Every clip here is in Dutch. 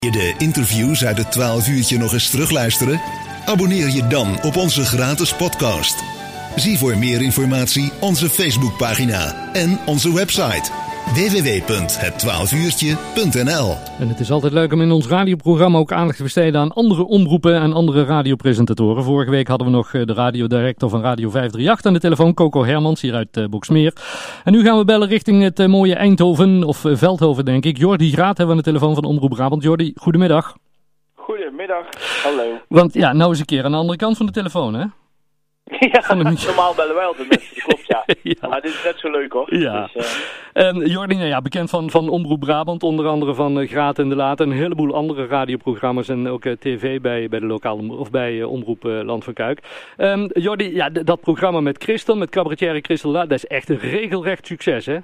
Je de interviews uit het 12 uurtje nog eens terugluisteren? Abonneer je dan op onze gratis podcast. Zie voor meer informatie onze Facebookpagina en onze website www.het12uurtje.nl. En het is altijd leuk om in ons radioprogramma ook aandacht te besteden aan andere omroepen en andere radiopresentatoren. Vorige week hadden we nog de radiodirector van Radio 538 aan de telefoon, Coco Hermans, hier uit Boxmeer. En nu gaan we bellen richting het mooie Eindhoven, of Veldhoven denk ik. Jordi Graat hebben we aan de telefoon van Omroep Brabant. Jordi, goedemiddag. Goedemiddag, hallo. Want ja, nou eens een keer aan de andere kant van de telefoon, hè? Ja, normaal bellen wij altijd mensen, dat klopt, ja. Ja. Maar dit is net zo leuk, hoor. Ja. Dus, Jordi, nou ja, bekend van Omroep Brabant, onder andere van Graat en de Laat en een heleboel andere radioprogramma's en ook tv bij de lokale of bij Omroep Land van Kuik. Jordi, ja, dat programma met Christel, met cabaretière Christel Laat, dat is echt een regelrecht succes, hè?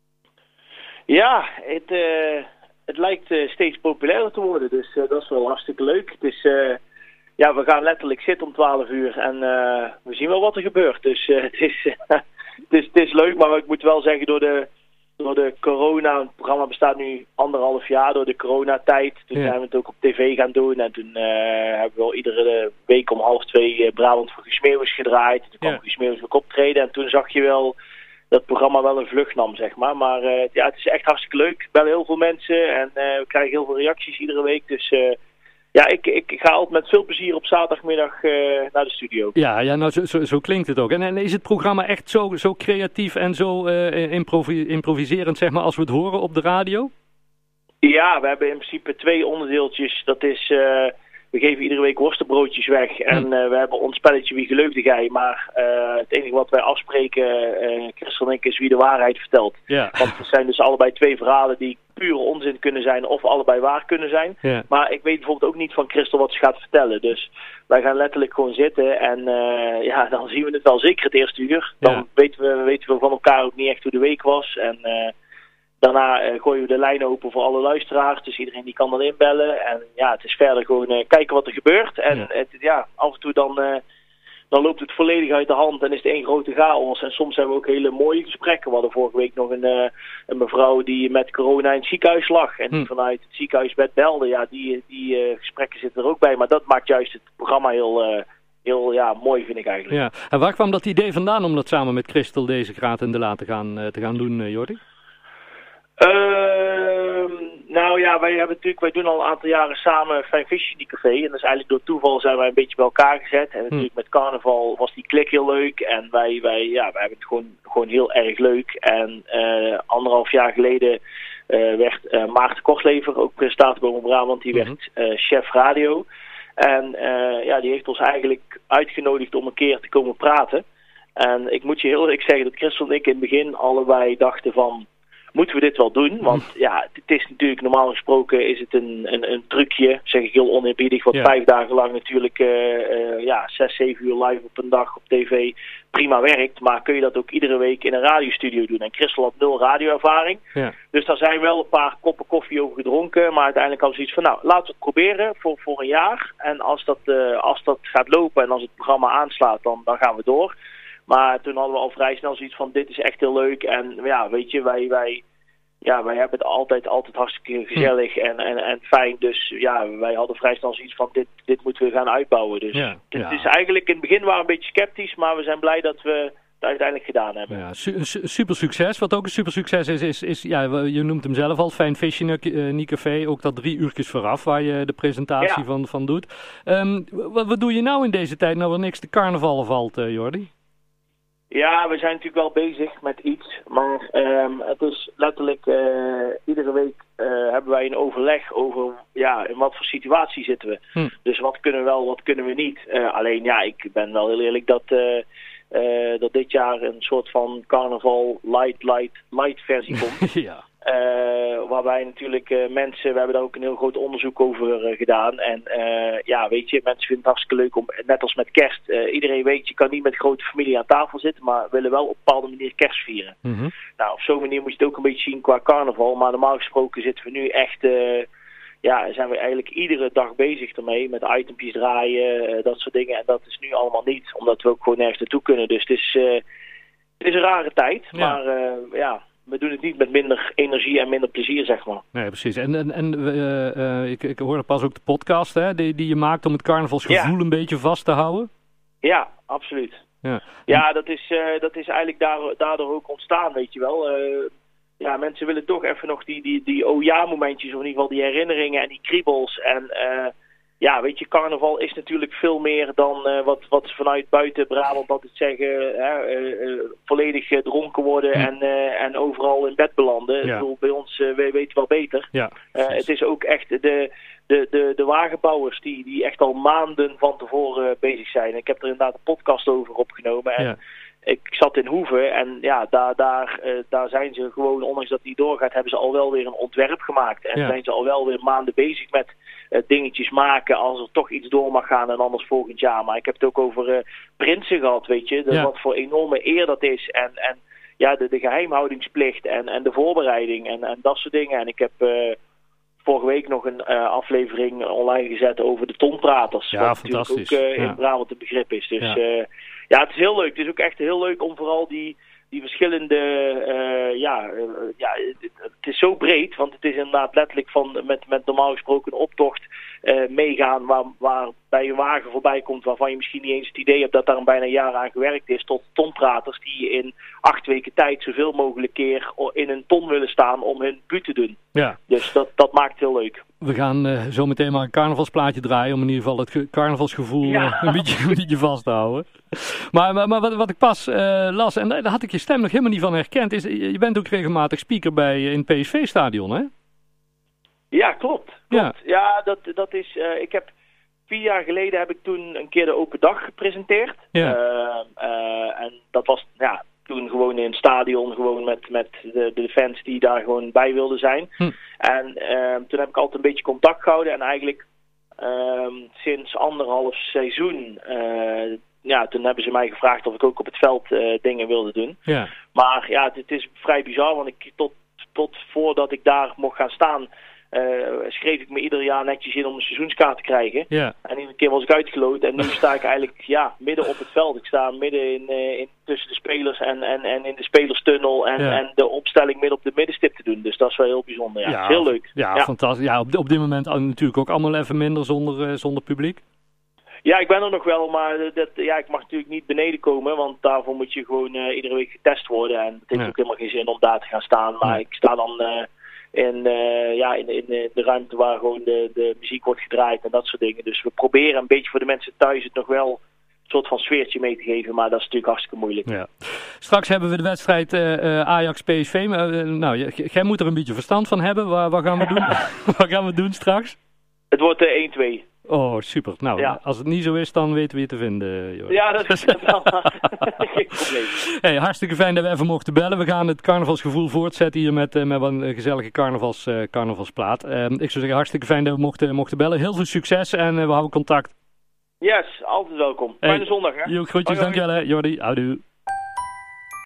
ja, het lijkt steeds populairder te worden, dus dat is wel hartstikke leuk. Het is, ja, we gaan letterlijk zitten om 12 uur en we zien wel wat er gebeurt. Dus het is leuk, maar ik moet wel zeggen door de corona, het programma bestaat nu 1,5 jaar door de coronatijd. Toen zijn we het ook op tv gaan doen en toen hebben we wel iedere week om 1:30 Brabant voor Guus Meeuwis gedraaid. Toen kwam Guus Meeuwis ook optreden en toen zag je wel dat het programma wel een vlucht nam, zeg maar. Maar ja, het is echt hartstikke leuk. Er bellen heel veel mensen en we krijgen heel veel reacties iedere week. Dus ja, ik ga altijd met veel plezier op zaterdagmiddag naar de studio. Ja, nou zo klinkt het ook. En is het programma echt zo creatief en zo improviserend, zeg maar, als we het horen op de radio? Ja, we hebben in principe 2 onderdeeltjes. Dat is, we geven iedere week worstenbroodjes weg. En we hebben ons spelletje Wie gelooft gij. Maar het enige wat wij afspreken, Christel en ik, is wie de waarheid vertelt. Ja. Want het zijn dus allebei 2 verhalen die pure onzin kunnen zijn of allebei waar kunnen zijn. Ja. Maar ik weet bijvoorbeeld ook niet van Christel wat ze gaat vertellen. Dus wij gaan letterlijk gewoon zitten en ja, dan zien we het wel zeker het eerste uur. Dan weten we van elkaar ook niet echt hoe de week was. En daarna gooien we de lijn open voor alle luisteraars. Dus iedereen die kan dan inbellen. En ja, het is verder gewoon kijken wat er gebeurt. En af en toe dan loopt het volledig uit de hand en is het één grote chaos. En soms hebben we ook hele mooie gesprekken. We hadden vorige week nog een mevrouw die met corona in het ziekenhuis lag. En die vanuit het ziekenhuisbed belde. Ja, die gesprekken zitten er ook bij. Maar dat maakt juist het programma heel mooi, vind ik eigenlijk. Ja. En waar kwam dat idee vandaan om dat samen met Christel deze Graat en de Laat te gaan doen, Jordi? Nou ja, wij doen al een aantal jaren samen Fijn Visje in die café. En dat is eigenlijk door toeval zijn wij een beetje bij elkaar gezet. En natuurlijk met carnaval was die klik heel leuk. En wij hebben het gewoon heel erg leuk. En 1,5 jaar geleden werd Maarten Kortlever, ook presentator bij Omroep Brabant, die werd chef radio. En die heeft ons eigenlijk uitgenodigd om een keer te komen praten. En ik moet je heel eerlijk zeggen dat Christel en ik in het begin allebei dachten van, moeten we dit wel doen? Want ja, het is natuurlijk normaal gesproken is het een trucje, zeg ik heel oneerbiedig, wat 5 dagen lang natuurlijk 6, 7 uur live op een dag op tv prima werkt. Maar kun je dat ook iedere week in een radiostudio doen? En Christel had 0 radioervaring. Ja. Dus daar zijn wel een paar koppen koffie over gedronken. Maar uiteindelijk hadden we zoiets van, nou, laten we het proberen voor een jaar. En als dat gaat lopen en als het programma aanslaat, dan gaan we door. Maar toen hadden we al vrij snel zoiets van, dit is echt heel leuk. En ja, weet je, wij hebben het altijd hartstikke gezellig en fijn. Dus ja, wij hadden vrij snel zoiets van, dit moeten we gaan uitbouwen. Dus het is eigenlijk, in het begin waren we een beetje sceptisch, maar we zijn blij dat we het uiteindelijk gedaan hebben. Ja, super succes. Wat ook een super succes is je noemt hem zelf al, Fijn Visje in café. Ook dat 3 uurtjes vooraf waar je de presentatie van doet. Wat doe je nou in deze tijd, nou er niks te carnaval valt, Jordi? Ja, we zijn natuurlijk wel bezig met iets, maar het is letterlijk iedere week hebben wij een overleg over in wat voor situatie zitten we. Dus wat kunnen we wel, wat kunnen we niet. Alleen ja, ik ben wel heel eerlijk dat dit jaar een soort van carnaval light versie komt. Ja. Waarbij natuurlijk mensen, we hebben daar ook een heel groot onderzoek over gedaan. En weet je, mensen vinden het hartstikke leuk om, net als met kerst, iedereen weet, je kan niet met grote familie aan tafel zitten, maar willen wel op een bepaalde manier kerst vieren. Nou, op zo'n manier moet je het ook een beetje zien qua carnaval. Maar normaal gesproken zitten we nu echt, zijn we eigenlijk iedere dag bezig ermee, met itempjes draaien, dat soort dingen. En dat is nu allemaal niet, omdat we ook gewoon nergens naartoe kunnen. Dus het is een rare tijd, maar we doen het niet met minder energie en minder plezier, zeg maar. Nee, precies. Ik hoorde pas ook de podcast hè, die je maakt om het carnavalsgevoel een beetje vast te houden. Ja, absoluut. Ja, dat is eigenlijk daardoor ook ontstaan, weet je wel. Ja, mensen willen toch even nog die oh ja momentjes, of in ieder geval die herinneringen en die kriebels. En ja, weet je, carnaval is natuurlijk veel meer dan wat vanuit buiten Brabant altijd zeggen, volledig dronken worden en overal in bed belanden. Ja. Ik bedoel, bij ons weten wel beter. Ja, het is ook echt de wagenbouwers die echt al maanden van tevoren bezig zijn. Ik heb er inderdaad een podcast over opgenomen en ik zat in Hoeve en ja, daar zijn ze gewoon, ondanks dat die doorgaat, hebben ze al wel weer een ontwerp gemaakt. En zijn ze al wel weer maanden bezig met dingetjes maken als er toch iets door mag gaan en anders volgend jaar. Maar ik heb het ook over Prinsen gehad, weet je. Wat voor enorme eer dat is. En ja, de geheimhoudingsplicht en de voorbereiding en dat soort dingen. En ik heb vorige week nog een aflevering online gezet over de tonpraters. Ja, wat fantastisch. Natuurlijk ook in Brabant het begrip is. Dus ja, het is heel leuk. Het is ook echt heel leuk om vooral die verschillende, het is zo breed, want het is inderdaad letterlijk met normaal gesproken een optocht meegaan waarbij je wagen voorbij komt waarvan je misschien niet eens het idee hebt dat daar een bijna jaar aan gewerkt is, tot tonpraters die in 8 weken tijd zoveel mogelijk keer in een ton willen staan om hun buurt te doen. Ja. Dus dat maakt het heel leuk. We gaan zo meteen maar een carnavalsplaatje draaien om in ieder geval het carnavalsgevoel een beetje vast te houden. Maar wat ik pas las, en daar had ik je stem nog helemaal niet van herkend, is je bent ook regelmatig speaker in het PSV-stadion, hè? Ja, klopt. Ja, dat is... ik heb 4 jaar geleden heb ik toen een keer de open dag gepresenteerd. Ja. En dat was toen gewoon in het stadion, gewoon met de fans die daar gewoon bij wilden zijn. En toen heb ik altijd een beetje contact gehouden en eigenlijk sinds 1,5 seizoen... toen hebben ze mij gevraagd of ik ook op het veld dingen wilde doen. Ja. Maar ja, het is vrij bizar, want ik tot voordat ik daar mocht gaan staan, schreef ik me ieder jaar netjes in om een seizoenskaart te krijgen. Ja. En iedere keer was ik uitgeloot en nu sta ik eigenlijk midden op het veld. Ik sta midden in tussen de spelers en in de spelerstunnel en de opstelling midden op de middenstip te doen. Dus dat is wel heel bijzonder. Ja, heel leuk. Ja, fantastisch. Ja, op dit moment natuurlijk ook allemaal even minder zonder publiek. Ja, ik ben er nog wel, maar ik mag natuurlijk niet beneden komen, want daarvoor moet je gewoon iedere week getest worden. En het heeft ook helemaal geen zin om daar te gaan staan. Maar ik sta dan in de ruimte waar gewoon de muziek wordt gedraaid en dat soort dingen. Dus we proberen een beetje voor de mensen thuis het nog wel een soort van sfeertje mee te geven, maar dat is natuurlijk hartstikke moeilijk. Ja. Straks hebben we de wedstrijd Ajax-PSV. Jij moet er een beetje verstand van hebben. Wat gaan we doen? Wat gaan we doen straks? Het wordt 1-2. Oh, super. Nou, als het niet zo is, dan weten we je te vinden, Jordi. Ja, dat is wel geen probleem. Hey, hartstikke fijn dat we even mochten bellen. We gaan het carnavalsgevoel voortzetten hier met een gezellige carnavalsplaat. Ik zou zeggen, hartstikke fijn dat we mochten bellen. Heel veel succes en we houden contact. Yes, altijd welkom. Fijne zondag, hè. Groetjes, dankjewel, hè, Jordi. Houdoe.